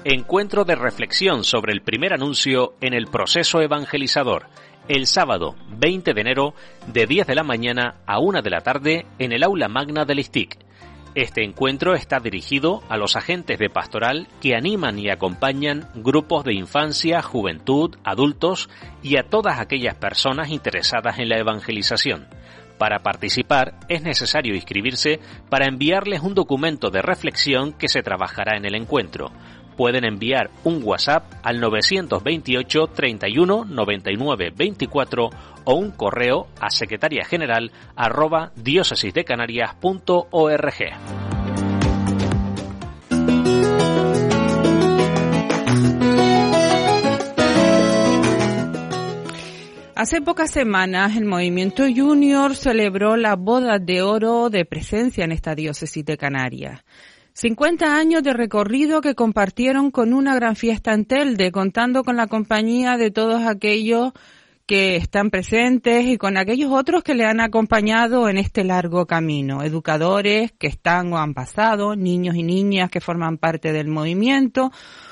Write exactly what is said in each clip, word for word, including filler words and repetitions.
Encuentro de reflexión sobre el primer anuncio en el proceso evangelizador, el sábado veinte de enero de diez de la mañana a una de la tarde en el aula magna del I S T I C. Este encuentro está dirigido a los agentes de pastoral que animan y acompañan grupos de infancia, juventud, adultos y a todas aquellas personas interesadas en la evangelización. Para participar es necesario inscribirse para enviarles un documento de reflexión que se trabajará en el encuentro. Pueden enviar un WhatsApp al nueve dos ocho, treinta y uno, noventa y nueve, veinticuatro o un correo a secretaria general arroba diócesisdecanarias punto org. Hace pocas semanas el Movimiento Junior celebró la boda de oro de presencia en esta diócesis de Canarias. cincuenta años de recorrido que compartieron con una gran fiesta en Telde, contando con la compañía de todos aquellos que están presentes y con aquellos otros que le han acompañado en este largo camino. Educadores que están o han pasado, niños y niñas que forman parte del movimiento,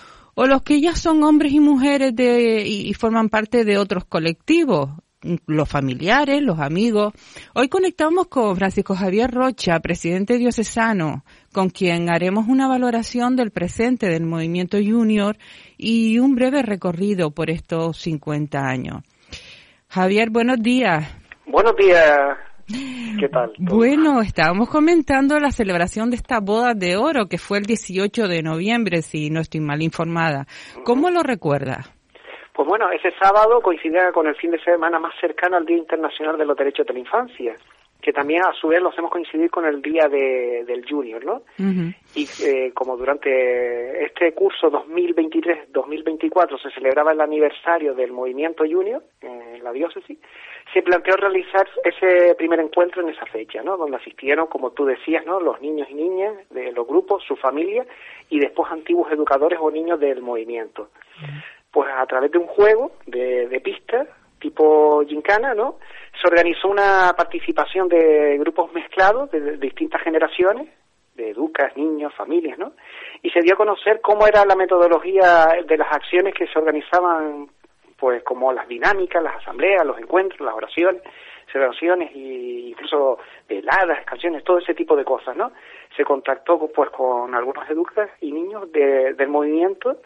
o los que ya son hombres y mujeres de, y, y forman parte de otros colectivos, los familiares, los amigos. Hoy conectamos con Francisco Javier Rocha, presidente diocesano, con quien haremos una valoración del presente del Movimiento Junior y un breve recorrido por estos cincuenta años. Javier, buenos días. Buenos días. ¿Qué tal? Bueno, estábamos comentando la celebración de esta boda de oro que fue el dieciocho de noviembre, si no estoy mal informada. ¿Cómo lo recuerdas? Pues bueno, ese sábado coincidía con el fin de semana más cercano al Día Internacional de los Derechos de la Infancia, que también a su vez lo hacemos coincidir con el Día de, del Junior, ¿no? Uh-huh. Y eh, como durante este curso dos mil veintitrés dos mil veinticuatro se celebraba el aniversario del Movimiento Junior en la diócesis, se planteó realizar ese primer encuentro en esa fecha, ¿no? Donde asistieron, como tú decías, ¿no? Los niños y niñas de los grupos, su familia y después antiguos educadores o niños del movimiento. Uh-huh. Pues a través de un juego de, de pista, tipo gincana, ¿no? Se organizó una participación de grupos mezclados de, de distintas generaciones, de educas, niños, familias, ¿no? Y se dio a conocer cómo era la metodología de las acciones que se organizaban, pues como las dinámicas, las asambleas, los encuentros, las oraciones, celebraciones y incluso veladas, canciones, todo ese tipo de cosas, ¿no? Se contactó pues con algunos educas y niños de, del movimiento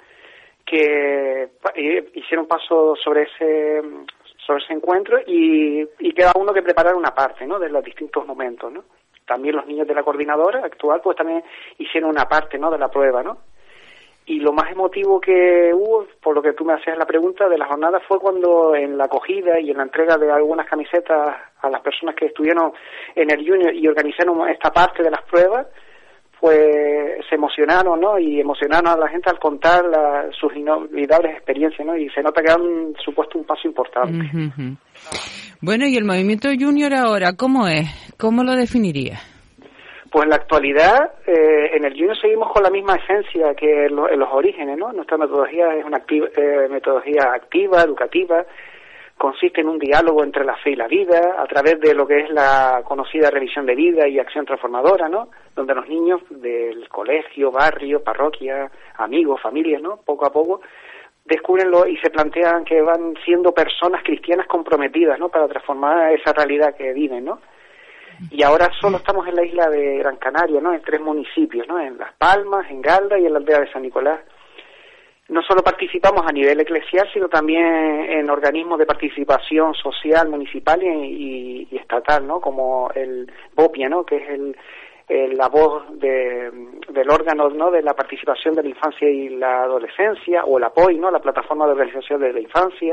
que eh, hicieron paso sobre ese sobre ese encuentro y, y cada uno que preparara una parte, ¿no? De los distintos momentos, ¿no? También los niños de la coordinadora actual pues también hicieron una parte, ¿no? De la prueba, ¿no? Y lo más emotivo que hubo, por lo que tú me hacías la pregunta de la jornada, fue cuando en la acogida y en la entrega de algunas camisetas a las personas que estuvieron en el Junior y organizaron esta parte de las pruebas, pues se emocionaron, ¿no? Y emocionaron a la gente al contar la, sus inolvidables experiencias, ¿no? Y se nota que han supuesto un paso importante. Uh-huh. Bueno, ¿y el Movimiento Junior ahora cómo es? ¿Cómo lo definiría? Pues en la actualidad, eh, en el Junior seguimos con la misma esencia que en, lo, en los orígenes, ¿no? Nuestra metodología es una activa, eh, metodología activa, educativa, consiste en un diálogo entre la fe y la vida, a través de lo que es la conocida revisión de vida y acción transformadora, ¿no? Donde los niños del colegio, barrio, parroquia, amigos, familias, ¿no? Poco a poco descubrenlo y se plantean que van siendo personas cristianas comprometidas, ¿no? Para transformar esa realidad que viven, ¿no? Y ahora solo estamos en la isla de Gran Canaria, ¿no? En tres municipios, ¿no? En Las Palmas, en Galda y en la aldea de San Nicolás. No solo participamos a nivel eclesial, sino también en organismos de participación social, municipal y, y, y estatal, ¿no? Como el BOPIA, ¿no? Que es el, el la voz de, del órgano, ¿no? De la participación de la infancia y la adolescencia, o el APOI, ¿no? La plataforma de organización de la infancia.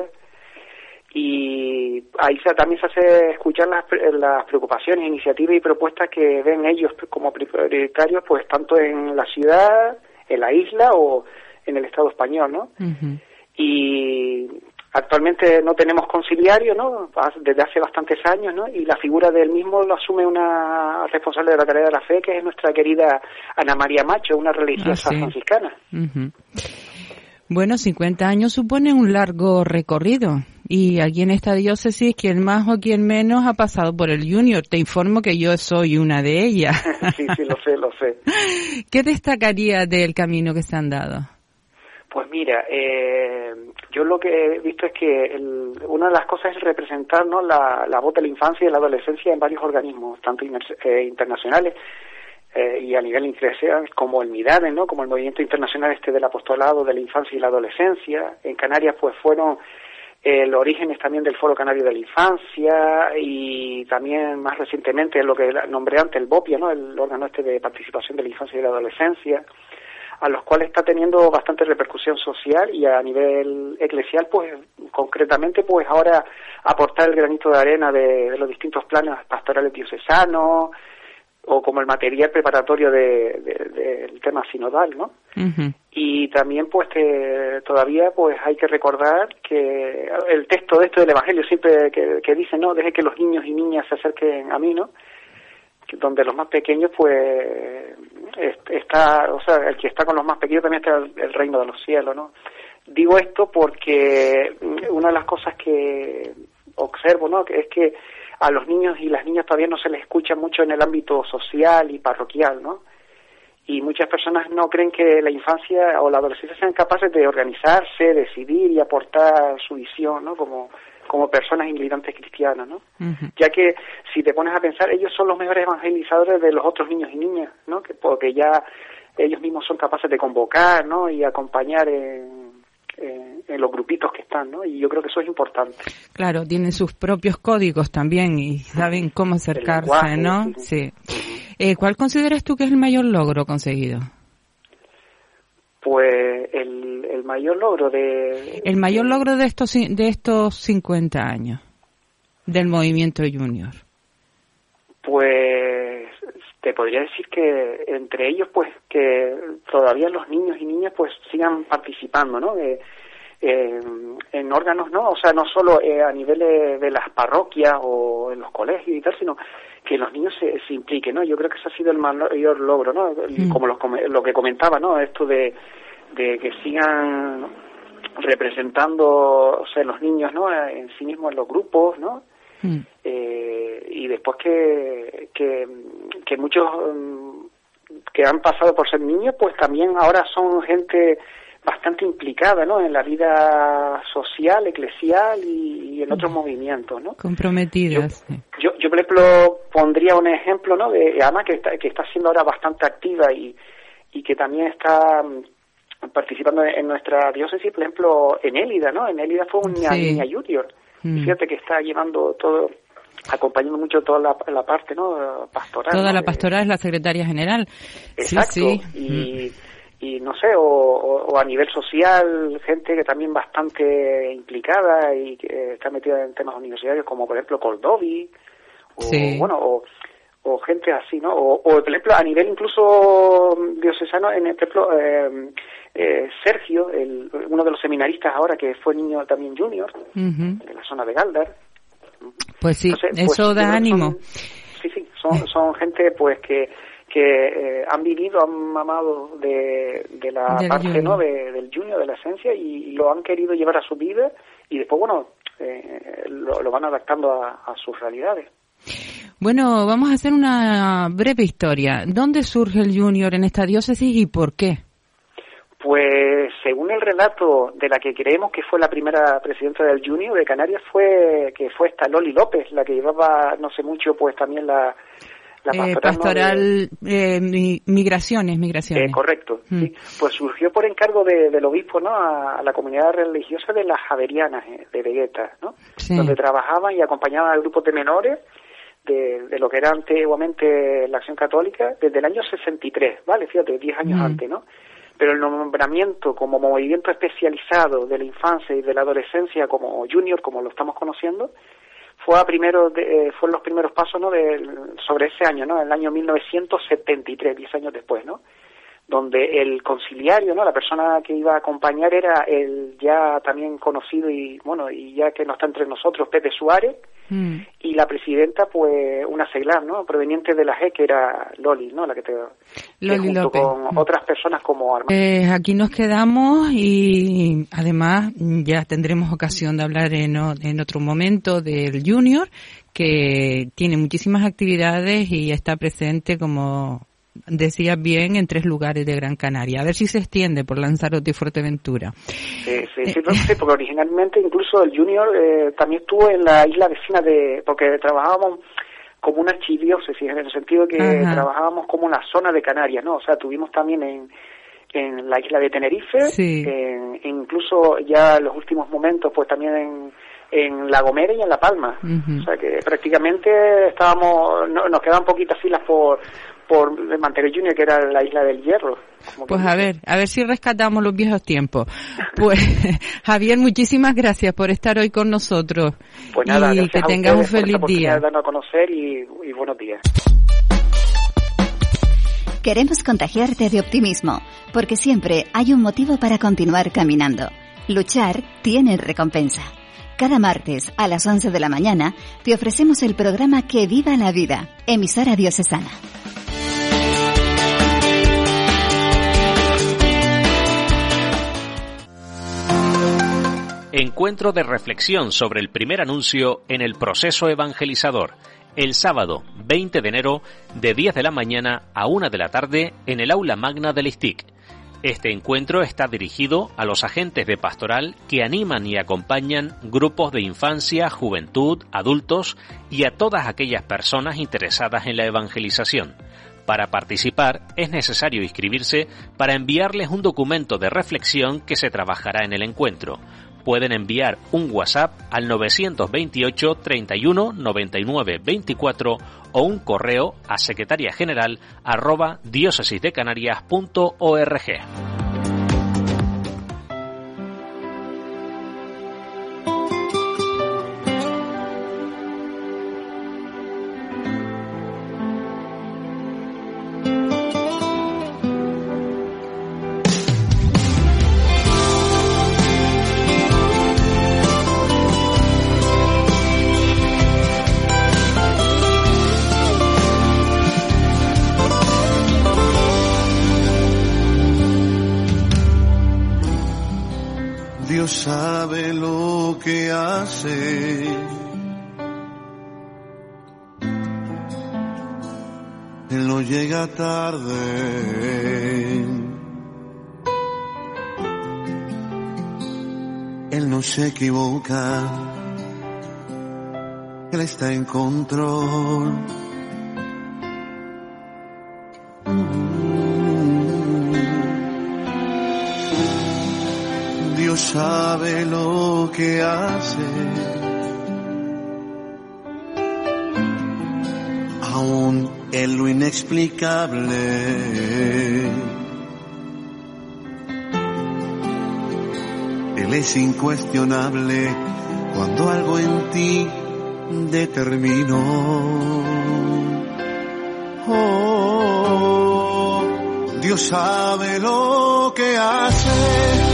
Y ahí se, también se hace escuchar las, las preocupaciones, iniciativas y propuestas que ven ellos como prioritarios, pues tanto en la ciudad, en la isla o en el Estado español, ¿no? Uh-huh. Y actualmente no tenemos conciliario, ¿no? Desde hace bastantes años, ¿no? Y la figura del mismo lo asume una responsable de la tarea de la fe, que es nuestra querida Ana María Macho, una religiosa ah, sí. franciscana. Uh-huh. Bueno, cincuenta años supone un largo recorrido. Y aquí en esta diócesis, quien más o quien menos ha pasado por el Junior. Te informo que yo soy una de ellas. Sí, sí, lo sé, lo sé. ¿Qué destacaría del camino que se han dado? Pues mira, eh, yo lo que he visto es que el, una de las cosas es representar, ¿no?, la, la voz de la infancia y la adolescencia en varios organismos, tanto inter, eh, internacionales eh, y a nivel internacional, como el MIDADE, ¿no?, como el Movimiento Internacional este del Apostolado de la Infancia y la Adolescencia. En Canarias pues fueron eh, los orígenes también del Foro Canario de la Infancia, y también más recientemente lo que nombré antes, el BOPIA, ¿no?, el órgano este de participación de la infancia y la adolescencia, a los cuales está teniendo bastante repercusión social, y a nivel eclesial, pues concretamente, pues ahora aportar el granito de arena de, de los distintos planes pastorales diocesanos, o como el material preparatorio de, de, de, del tema sinodal, ¿no? Uh-huh. Y también, pues, te, todavía, pues, hay que recordar que el texto de esto del Evangelio siempre que, que dice, ¿no?, deje que los niños y niñas se acerquen a mí, ¿no?, donde los más pequeños, pues, está, o sea, el que está con los más pequeños también está el, el reino de los cielos, ¿no? Digo esto porque una de las cosas que observo, ¿no?, que es que a los niños y las niñas todavía no se les escucha mucho en el ámbito social y parroquial, ¿no? Y muchas personas no creen que la infancia o la adolescencia sean capaces de organizarse, decidir y aportar su visión, ¿no?, como como personas militantes cristianas, ¿no? Uh-huh. Ya que si te pones a pensar, ellos son los mejores evangelizadores de los otros niños y niñas, ¿no?, que porque ya ellos mismos son capaces de convocar, ¿no?, y acompañar en, en, en los grupitos que están, ¿no? Y yo creo que eso es importante. Claro, tienen sus propios códigos también y saben cómo acercarse, lenguaje, ¿no? Sí. sí. Eh, ¿Cuál consideras tú que es el mayor logro conseguido? Pues el, el mayor logro de... El mayor de, logro de estos de estos cincuenta años del movimiento Junior. Pues te podría decir que entre ellos, pues, que todavía los niños y niñas, pues, sigan participando, ¿no?, de, eh, en órganos, ¿no?, o sea, no solo eh, a nivel de, de las parroquias o en los colegios y tal, sino que los niños se, se impliquen, ¿no? Yo creo que ese ha sido el mayor logro, ¿no? Mm. Como los, lo que comentaba, ¿no?, esto de, de que sigan representando, o sea, los niños, ¿no?, en sí mismos en los grupos, ¿no? Mm. Eh, y después que, que, que muchos um, que han pasado por ser niños, pues también ahora son gente bastante implicada, ¿no?, en la vida social, eclesial y, y en otros mm. movimientos, ¿no? Comprometidas. Yo, yo, yo, por ejemplo, pondría un ejemplo, ¿no?, de Ana, que está, que está siendo ahora bastante activa y, y que también está participando en nuestra diócesis, por ejemplo, en Élida, ¿no? En Élida fue una sí. niña junior. Mm. Fíjate que está llevando todo, acompañando mucho toda la, la parte, ¿no?, pastoral. Toda ¿no? la pastoral es la secretaria general. Exacto. Sí, sí. Y, mm. y no sé, o, o, o a nivel social, gente que también bastante implicada y que está metida en temas universitarios, como por ejemplo Coldovi, o sí. bueno, o, o gente así, ¿no? O, o por ejemplo a nivel incluso diocesano, en por ejemplo eh, eh, Sergio, el, uno de los seminaristas ahora que fue niño también junior, uh-huh. de la zona de Galdar. Pues sí, Entonces, eso pues, da ánimo. Son, sí, sí, son, son gente pues que que eh, han vivido, han mamado de, de la del parte, junior. ¿no?, de, del junior, de la esencia, y, y lo han querido llevar a su vida, y después, bueno, eh, lo, lo van adaptando a, a sus realidades. Bueno, vamos a hacer una breve historia. ¿Dónde surge el Junior en esta diócesis y por qué? Pues según el relato de la que creemos que fue la primera presidenta del Junior de Canarias, fue que fue esta Loli López, la que llevaba no sé mucho pues también la, la pastoral, eh, pastoral ¿no? de, eh, migraciones, migraciones. Eh, correcto, mm. sí. Pues surgió por encargo de, del obispo, ¿no?, a, a la comunidad religiosa de las Javerianas eh, de Vegueta, ¿no? Sí. Donde trabajaban y acompañaban a grupos de menores de, de lo que era antiguamente la Acción Católica desde el año sesenta y tres, ¿vale? Fíjate, diez años mm. antes, ¿no? Pero el nombramiento como movimiento especializado de la infancia y de la adolescencia como junior, como lo estamos conociendo, fue a primero de, eh, fue en los primeros pasos, ¿no?, de, sobre ese año, ¿no?, el año mil novecientos setenta y tres, diez años después, ¿no?, donde el conciliario, ¿no?, la persona que iba a acompañar era el ya también conocido y, bueno, y ya que no está entre nosotros, Pepe Suárez, mm. y la presidenta, pues, una seglar, ¿no?, proveniente de la G, que era Loli, ¿no?, la que te... Loli que junto López. Con mm. otras personas como Armando. Eh, aquí nos quedamos y, además, ya tendremos ocasión de hablar en, en otro momento del Junior, que tiene muchísimas actividades y está presente como... decías bien, en tres lugares de Gran Canaria. A ver si se extiende por Lanzarote y Fuerteventura. Sí, sí, sí, eh, sí porque originalmente incluso el Junior eh, también estuvo en la isla vecina de... porque trabajábamos como una archidiócesis, en el sentido que Ajá. trabajábamos como una zona de Canarias, ¿no? O sea, tuvimos también en, en la isla de Tenerife, sí. en, incluso ya en los últimos momentos, pues también en, en La Gomera y en La Palma. Uh-huh. O sea, que prácticamente estábamos, no, nos quedaban poquitas filas por por Mantequilla Junior, que era la isla del Hierro. Pues a ver, a ver si rescatamos los viejos tiempos. Pues Javier, muchísimas gracias por estar hoy con nosotros. Pues nada, y que tengas un feliz día. Darnos a conocer y, y buenos días. Queremos contagiarte de optimismo, porque siempre hay un motivo para continuar caminando. Luchar tiene recompensa. Cada martes a las once de la mañana te ofrecemos el programa Que Viva la Vida, emisora diocesana. Encuentro de reflexión sobre el primer anuncio en el proceso evangelizador, el sábado veinte de enero de diez de la mañana a una de la tarde en el aula magna del I S T I C. Este encuentro está dirigido a los agentes de pastoral que animan y acompañan grupos de infancia, juventud, adultos y a todas aquellas personas interesadas en la evangelización. Para participar es necesario inscribirse para enviarles un documento de reflexión que se trabajará en el encuentro. Pueden enviar un WhatsApp al nueve dos ocho, treinta y uno, noventa y nueve, veinticuatro o un correo a secretariageneral arroba diócesisdecanarias punto org. Sabe lo que hace. Él no llega tarde. Él no se equivoca. Él está en control. Dios sabe lo que hace, aún en lo inexplicable. Él es incuestionable cuando algo en ti determinó. Oh, Dios sabe lo que hace.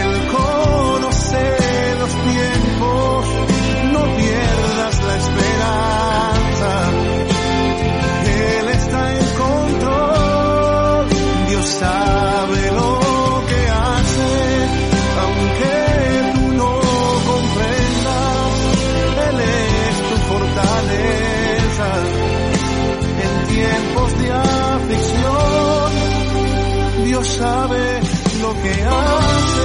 Conoce los tiempos, no pierdas la esperanza. Él está en control, Dios sabe lo que hace, aunque tú no comprendas, Él es tu fortaleza. En tiempos de aflicción, Dios sabe lo que hace.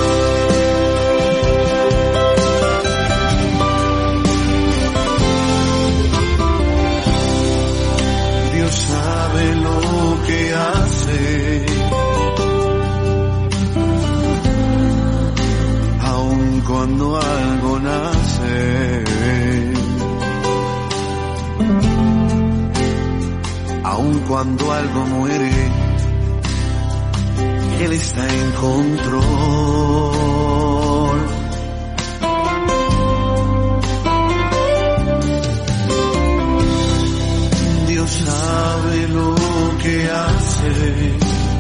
Sabe lo que hace, aun cuando algo nace, aun cuando algo muere, Él está en control. Dios sabe lo que hace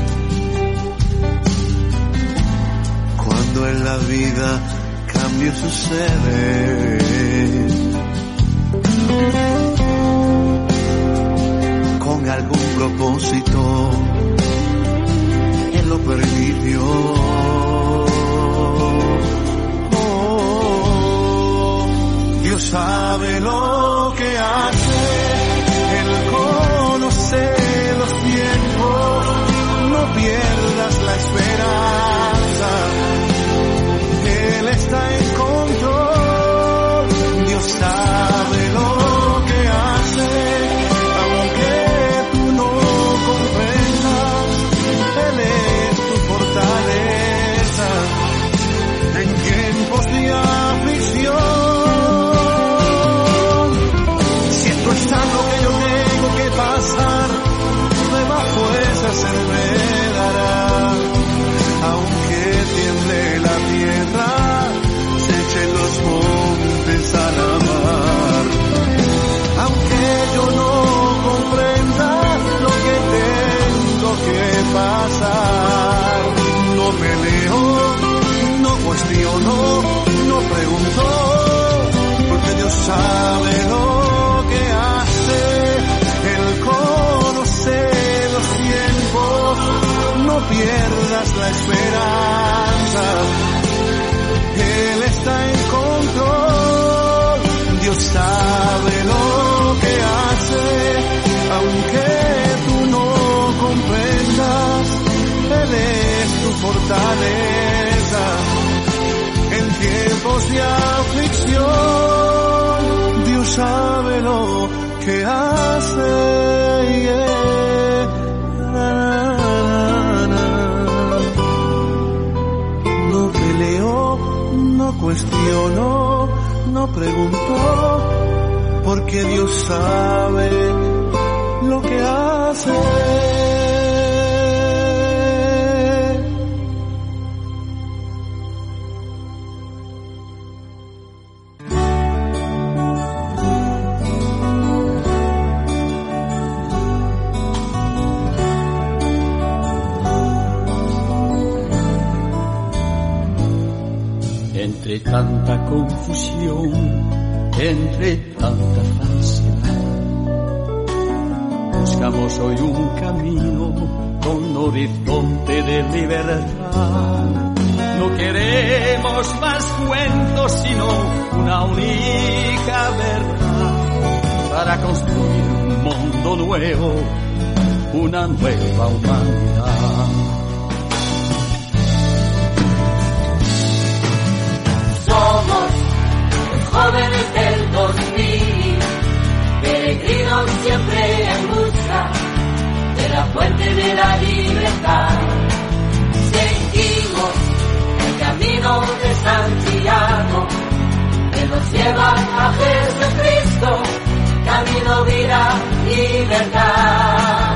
cuando en la vida cambio sucede. Con algún propósito Él lo permitió. Oh, Dios sabe lo que hace. Él conoce los tiempos, sabe lo que hace, Él conoce los tiempos, no pierdas la esperanza, Él está en control, Dios sabe lo que hace, aunque tú no comprendas, Él es tu fortaleza, en tiempos de aflicción, Dios sabe lo que hace, yeah. Na, na, na. No peleó, no cuestionó, no preguntó, porque Dios sabe lo que hace. Entre tanta confusión, entre tanta falsedad, buscamos hoy un camino con horizonte de libertad. No queremos más cuentos, sino una única verdad para construir un mundo nuevo, una nueva humanidad. Somos los jóvenes del dos mil, peregrinos siempre en busca de la fuente de la libertad. Seguimos el camino de Santiago, que nos lleva a Jesucristo, camino, vida y verdad.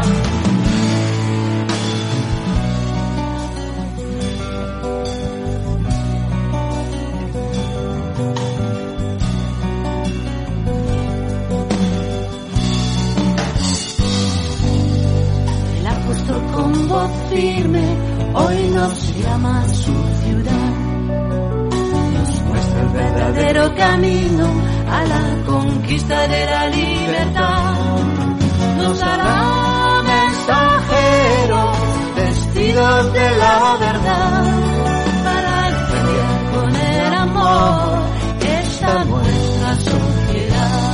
Con voz firme hoy nos llama a su ciudad, nos muestra el verdadero camino a la conquista de la libertad, nos hará mensajeros vestidos de la verdad para enfrentar con el amor esta nuestra sociedad.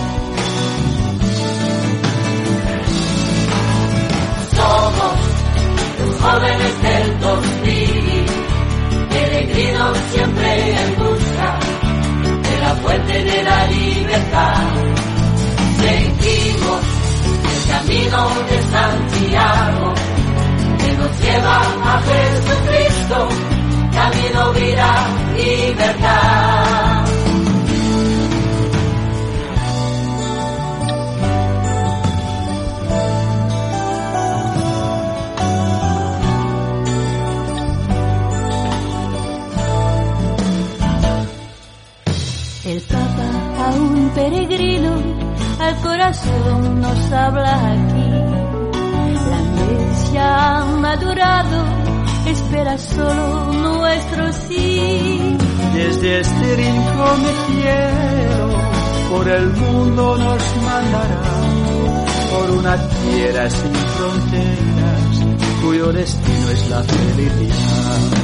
Somos los jóvenes del dos mil, peregrinos siempre en busca de la fuente de la libertad. Seguimos el camino de Santiago, que nos lleva a Jesucristo, camino, vida y verdad. El Papa, a un peregrino, al corazón nos habla aquí. La iglesia ha madurado, espera solo nuestro sí. Desde este rincón de cielo, por el mundo nos mandará, por una tierra sin fronteras, cuyo destino es la felicidad.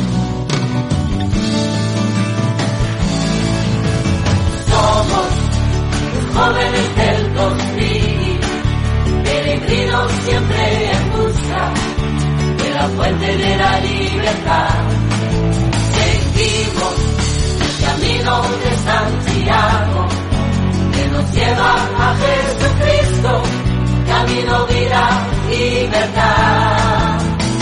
Somos los jóvenes del dos mil, peregrinos siempre en busca de la fuente de la libertad. Seguimos el camino de Santiago, que nos lleva a Jesucristo, camino, vida y verdad.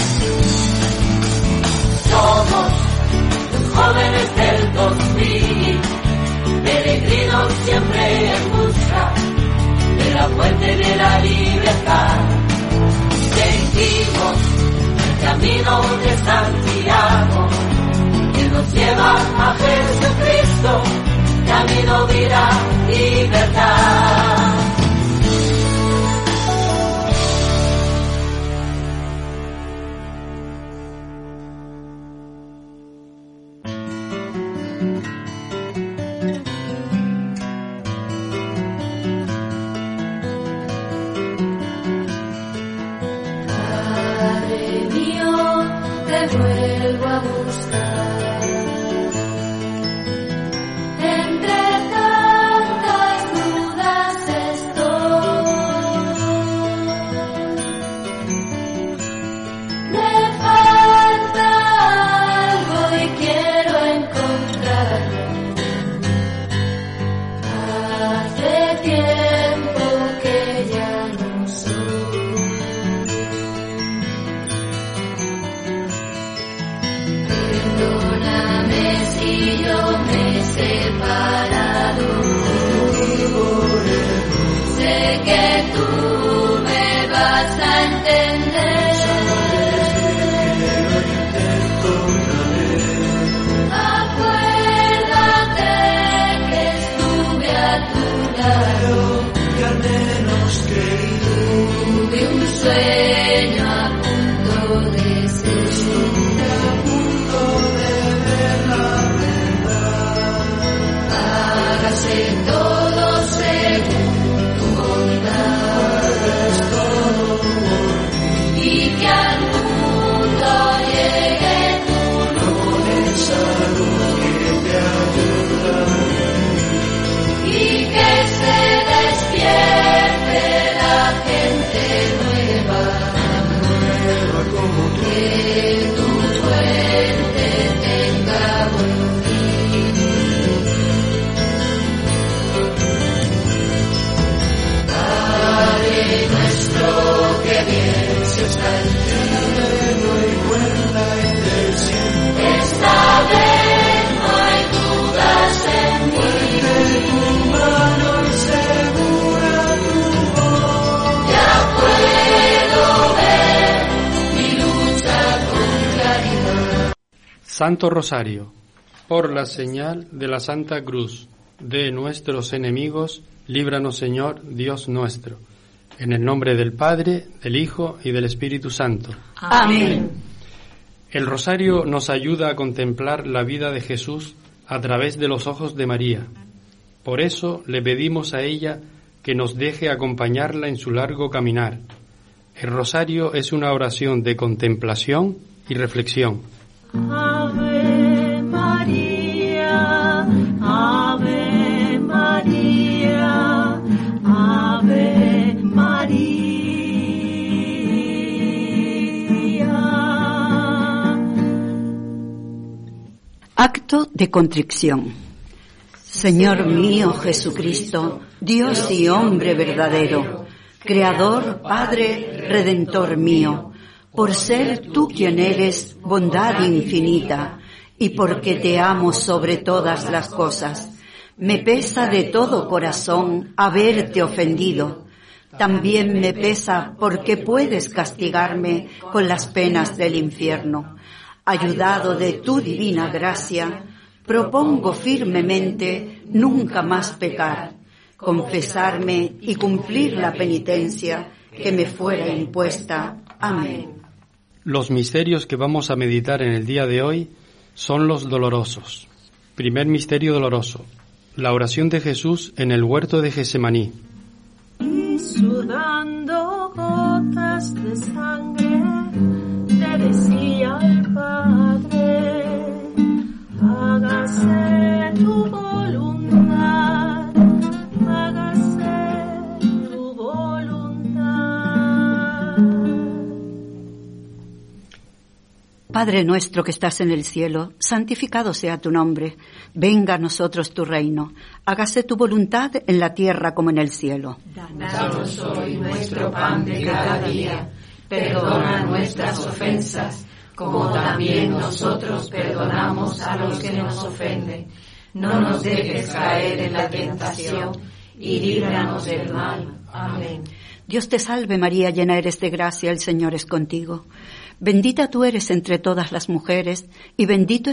Somos los jóvenes del dos mil, peregrinos siempre en busca de la fuente de la libertad. Seguimos el camino de Santiago, que nos lleva a Jesucristo, camino, vida y verdad. vuelvo a buscar. Entre tantas dudas estoy. Me falta algo y quiero encontrarlo. Hace tiempo que ya no soy. Perdóname si yo me he separado. Sé que tú me vas a entender. Acuérdate que estuve a tu lado. Que al menos creí. Tuve un sueño a punto de ser. Hágase todo según tu bondad, y que al mundo llegue tu luz, esa luz que te ayuda, y que se despierte la gente nueva, nueva como que tu fuente tenga buen fin. Padre nuestro que bien se está en cielo y cuenta y te siente. Esta vez no hay dudas en mí. Tu mano y segura tu voz. Ya puedo ver mi lucha con claridad. Santo Rosario, por la señal de la Santa Cruz de nuestros enemigos, líbranos, Señor, Dios nuestro. En el nombre del Padre, del Hijo y del Espíritu Santo. Amén. El rosario nos ayuda a contemplar la vida de Jesús a través de los ojos de María. Por eso le pedimos a ella que nos deje acompañarla en su largo caminar. El rosario es una oración de contemplación y reflexión. Ave María, Ave María, Ave María. Acto de contrición. Señor mío Jesucristo, Dios y hombre verdadero, Creador, Padre, Redentor mío, por ser tú quien eres, bondad infinita, y porque te amo sobre todas las cosas, me pesa de todo corazón haberte ofendido. También me pesa porque puedes castigarme con las penas del infierno. Ayudado de tu divina gracia, propongo firmemente nunca más pecar, confesarme y cumplir la penitencia que me fuera impuesta. Amén. Los misterios que vamos a meditar en el día de hoy son los dolorosos. Primer misterio doloroso, la oración de Jesús en el huerto de Getsemaní. Y sudando gotas de sangre, le decía al Padre, hágase tu voluntad, hágase tu voluntad. Padre nuestro que estás en el cielo, santificado sea tu nombre. Venga a nosotros tu reino. Hágase tu voluntad en la tierra como en el cielo. Danos hoy nuestro pan de cada día. Perdona nuestras ofensas, como también nosotros perdonamos a los que nos ofenden. No nos dejes caer en la tentación y líbranos del mal. Amén. Dios te salve María, llena eres de gracia, el Señor es contigo. Bendita tú eres entre todas las mujeres, y bendito